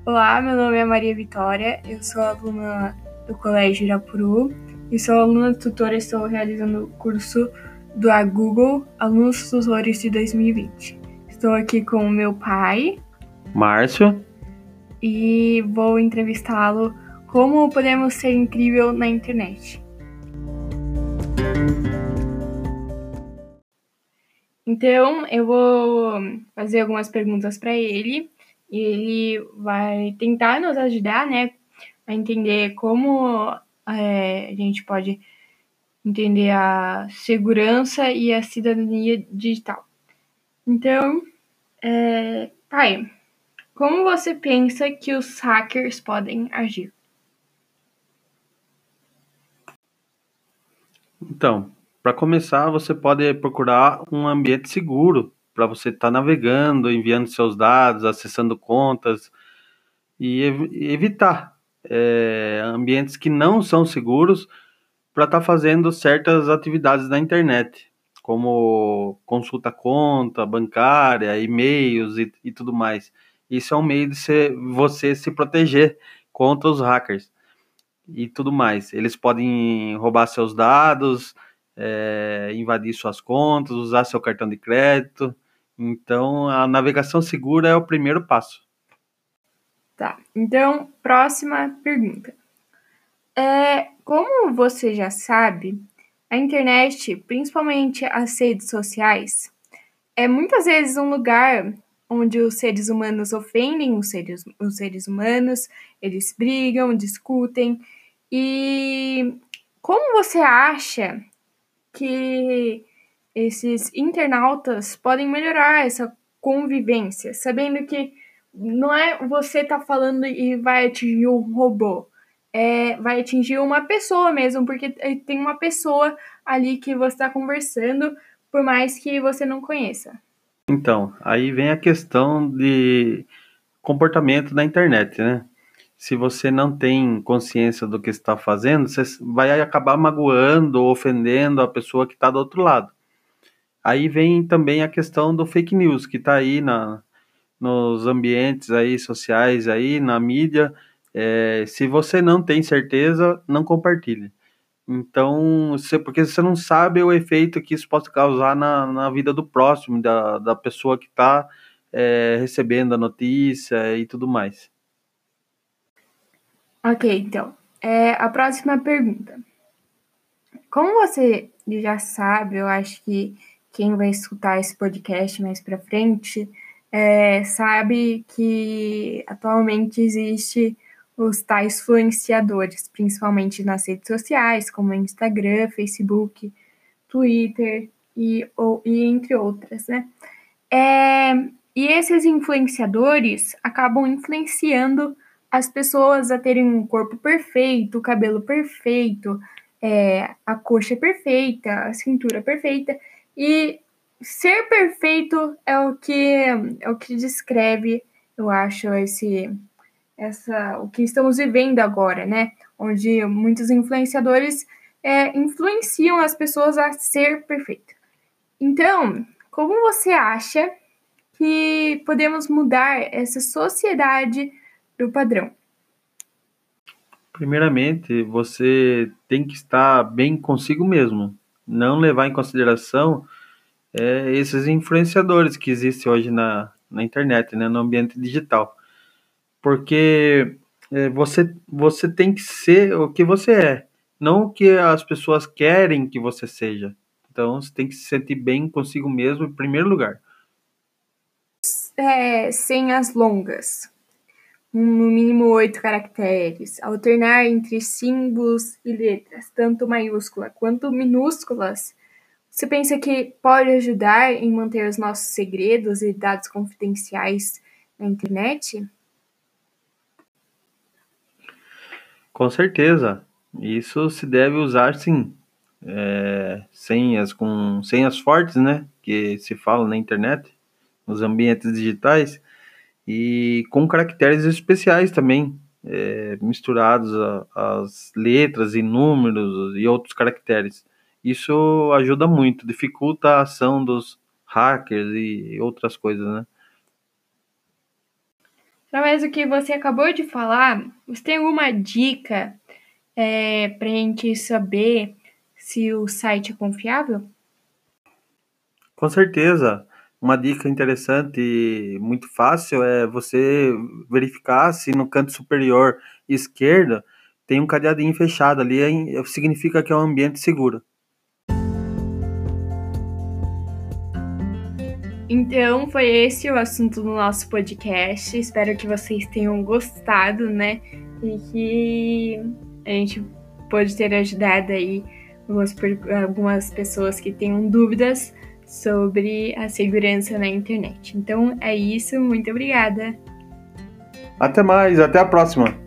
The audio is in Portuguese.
Olá, meu nome é Maria Vitória, eu sou aluna do Colégio Irapuru e sou aluna tutora. Estou realizando o curso do Google Alunos Tutores de 2020. Estou aqui com o meu pai, Márcio. e vou entrevistá-lo como podemos ser incrível na internet. Então, eu vou fazer algumas perguntas para ele e ele vai tentar nos ajudar, né, a entender como a gente pode entender a segurança e a cidadania digital. Então, pai, como você pensa que os hackers podem agir? Então, para começar, você pode procurar um ambiente seguro para você estar navegando, enviando seus dados, acessando contas e evitar ambientes que não são seguros para estar fazendo certas atividades na internet, como consulta conta bancária, e-mails e tudo mais. Isso é um meio de você se proteger contra os hackers e tudo mais. Eles podem roubar seus dados, invadir suas contas, usar seu cartão de crédito. Então, a navegação segura é o primeiro passo. Tá, então, próxima pergunta. Como você já sabe, a internet, principalmente as redes sociais, é muitas vezes um lugar onde os seres humanos ofendem os seres humanos, eles brigam, discutem. E como você acha que esses internautas podem melhorar essa convivência, sabendo que não é você tá falando e vai atingir um robô, vai atingir uma pessoa mesmo, porque tem uma pessoa ali que você está conversando, por mais que você não conheça. Então, aí vem a questão de comportamento na internet, né? Se você não tem consciência do que está fazendo, você vai acabar magoando ou ofendendo a pessoa que está do outro lado. Aí vem também a questão do fake news, que está aí nos ambientes aí sociais, aí na mídia. Se você não tem certeza, não compartilhe. Então, porque você não sabe o efeito que isso pode causar na vida do próximo, da pessoa que está recebendo a notícia e tudo mais. Ok, então, a próxima pergunta. Como você já sabe, eu acho que quem vai escutar esse podcast mais para frente sabe que atualmente existe os tais influenciadores, principalmente nas redes sociais, como Instagram, Facebook, Twitter e entre outras, né? E esses influenciadores acabam influenciando as pessoas a terem um corpo perfeito, o cabelo perfeito, a coxa perfeita, a cintura perfeita. E ser perfeito é o que descreve, eu acho, o que estamos vivendo agora, né? Onde muitos influenciadores influenciam as pessoas a ser perfeito. Então, como você acha que podemos mudar essa sociedade do padrão? Primeiramente, você tem que estar bem consigo mesmo, não levar em consideração esses influenciadores que existem hoje na internet, né, no ambiente digital. Porque você tem que ser o que você é, não o que as pessoas querem que você seja. Então, você tem que se sentir bem consigo mesmo em primeiro lugar. Senhas longas, no mínimo 8 caracteres, alternar entre símbolos e letras, tanto maiúscula quanto minúsculas. Você pensa que pode ajudar em manter os nossos segredos e dados confidenciais na internet? Com certeza, isso se deve usar sim. Senhas fortes, né? Que se fala na internet, nos ambientes digitais, e com caracteres especiais também, misturados às letras e números e outros caracteres. Isso ajuda muito, dificulta a ação dos hackers e outras coisas, né? Através do que você acabou de falar, você tem alguma dica para a gente saber se o site é confiável? Com certeza. Uma dica interessante e muito fácil é você verificar se no canto superior esquerdo tem um cadeadinho fechado ali, significa que é um ambiente seguro. Então, foi esse o assunto do nosso podcast. Espero que vocês tenham gostado, né? E que a gente pode ter ajudado aí algumas pessoas que tenham dúvidas sobre a segurança na internet. Então, é isso. Muito obrigada! Até mais, até a próxima!